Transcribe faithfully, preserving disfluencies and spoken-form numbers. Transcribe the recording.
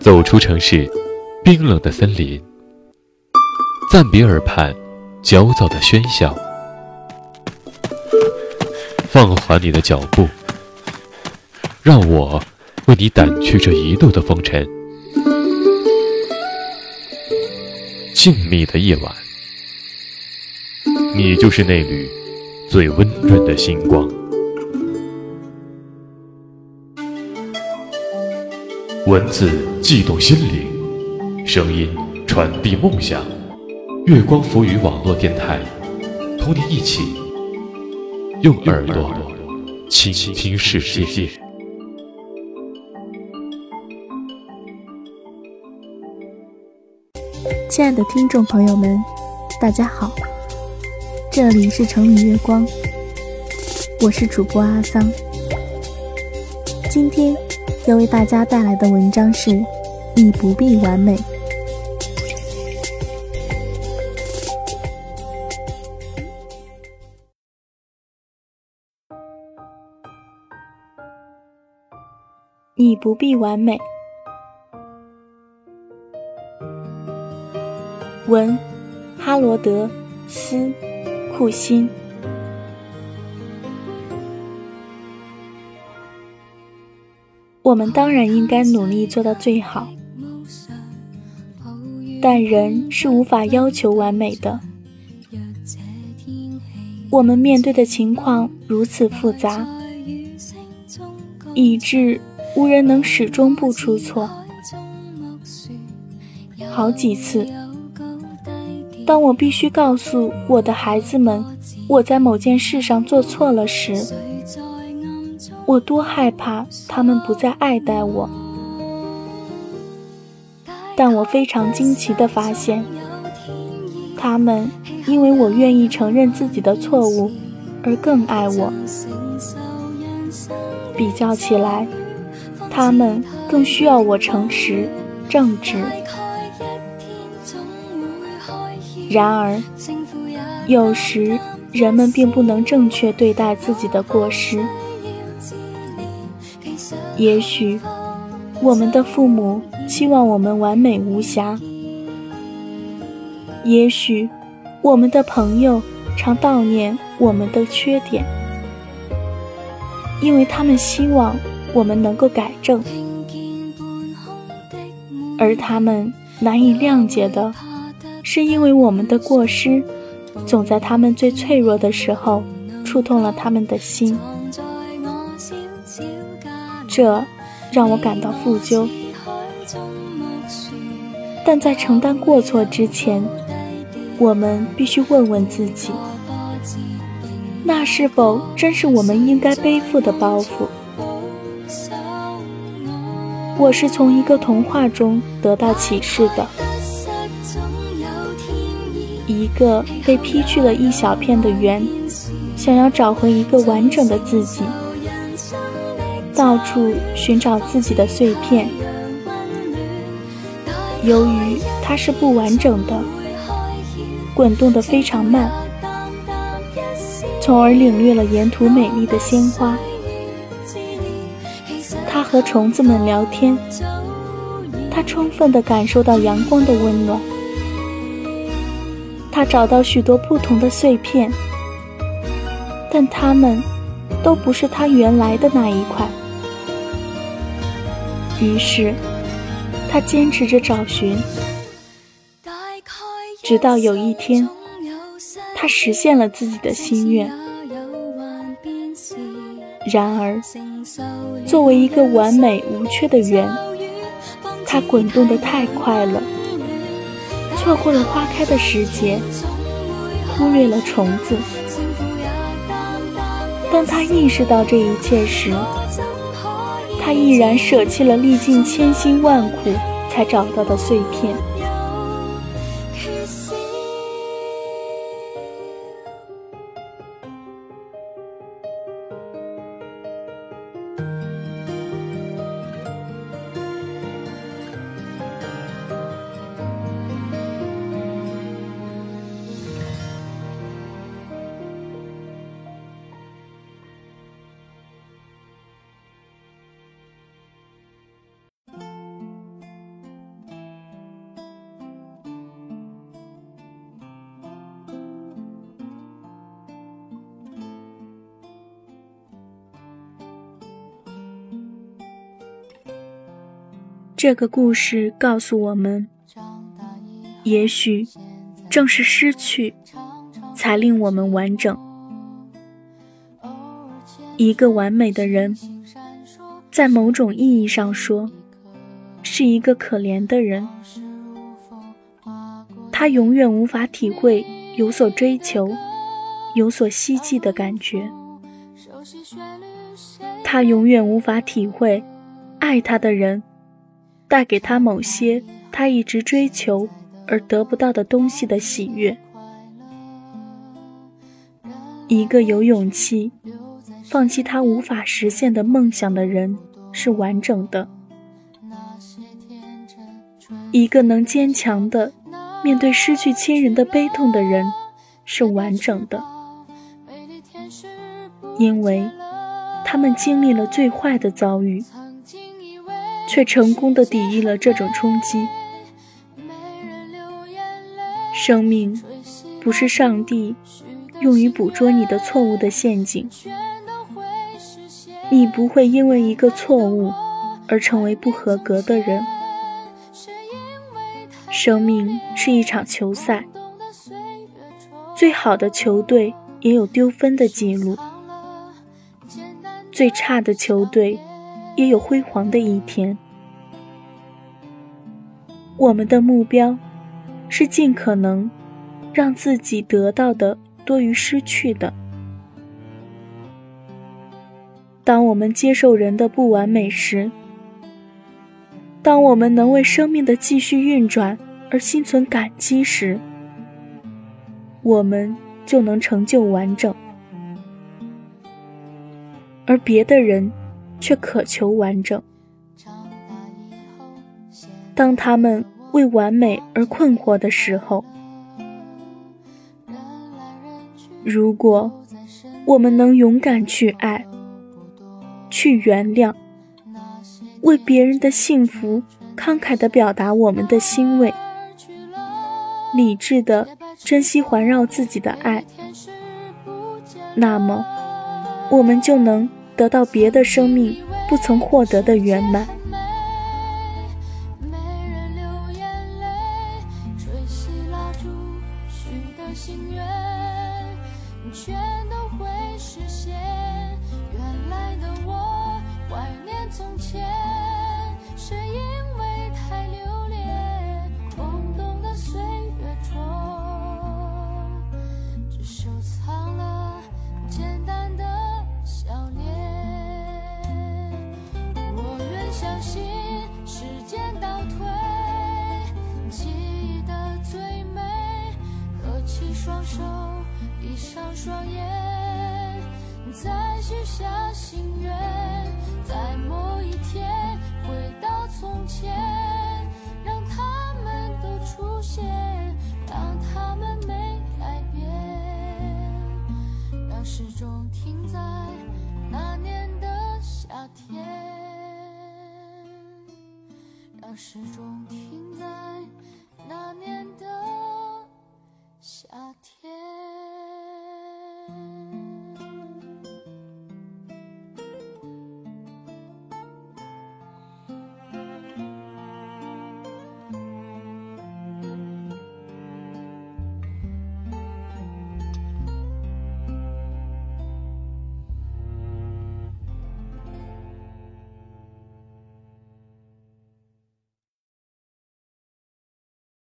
走出城市冰冷的森林，暂别耳畔焦躁的喧嚣，放缓你的脚步，让我为你掸去这一路的风尘。静谧的夜晚，你就是那缕最温润的星光。文字悸动心灵，声音传递梦想。月光浮语网络电台，同你一起用耳朵倾听世界。 亲爱的听众朋友们，大家好，这里是城里月光，我是主播阿桑。今天要为大家带来的文章是《你不必完美》。你不必完美。文：哈罗德·斯库辛。我们当然应该努力做到最好，但人是无法要求完美的。我们面对的情况如此复杂，以致无人能始终不出错。好几次，当我必须告诉我的孩子们我在某件事上做错了时，我多害怕他们不再爱戴我。但我非常惊奇地发现，他们因为我愿意承认自己的错误而更爱我。比较起来，他们更需要我诚实正直。然而有时人们并不能正确对待自己的过失。也许我们的父母期望我们完美无瑕，也许我们的朋友常悼念我们的缺点，因为他们希望我们能够改正，而他们难以谅解的是，因为我们的过失总在他们最脆弱的时候触痛了他们的心。这让我感到负疚，但在承担过错之前，我们必须问问自己，那是否真是我们应该背负的包袱？我是从一个童话中得到启示的，一个被劈去了一小片的圆，想要找回一个完整的自己，到处寻找自己的碎片。由于它是不完整的，滚动得非常慢，从而领略了沿途美丽的鲜花。它和虫子们聊天，它充分地感受到阳光的温暖。它找到许多不同的碎片，但它们都不是它原来的那一块。于是他坚持着找寻，直到有一天他实现了自己的心愿。然而作为一个完美无缺的圆，它滚动得太快了，错过了花开的时节，忽略了虫子。当他意识到这一切时，他毅然舍弃了历尽千辛万苦才找到的碎片。 这个故事告诉我们，也许正是失去，才令我们完整。一个完美的人，在某种意义上说，是一个可怜的人。他永远无法体会有所追求、有所希冀的感觉。他永远无法体会爱他的人带给他某些他一直追求而得不到的东西的喜悦。一个有勇气放弃他无法实现的梦想的人是完整的。一个能坚强地面对失去亲人的悲痛的人是完整的，因为他们经历了最坏的遭遇，却成功地抵御了这种冲击。生命不是上帝用于捕捉你的错误的陷阱，你不会因为一个错误而成为不合格的人。生命是一场球赛，最好的球队也有丢分的记录，最差的球队也有辉煌的一天。我们的目标是尽可能让自己得到的多于失去的。当我们接受人的不完美时，当我们能为生命的继续运转而心存感激时，我们就能成就完整。而别的人却渴求完整。当他们为完美而困惑的时候，如果我们能勇敢去爱，去原谅，为别人的幸福慷慨地表达我们的欣慰，理智地珍惜环绕自己的爱，那么我们就能得到别的生命不曾获得的圆满。全都会实现，原来的我怀念从前，是因为太留恋懵懂的岁月中，只收藏了简单的笑脸。我愿相信时间倒退，记忆的最美，合起双手闭上双眼，再许下心愿，在某一天回到从前，让他们都出现，让他们没改变，让时钟停在那年的夏天，让时钟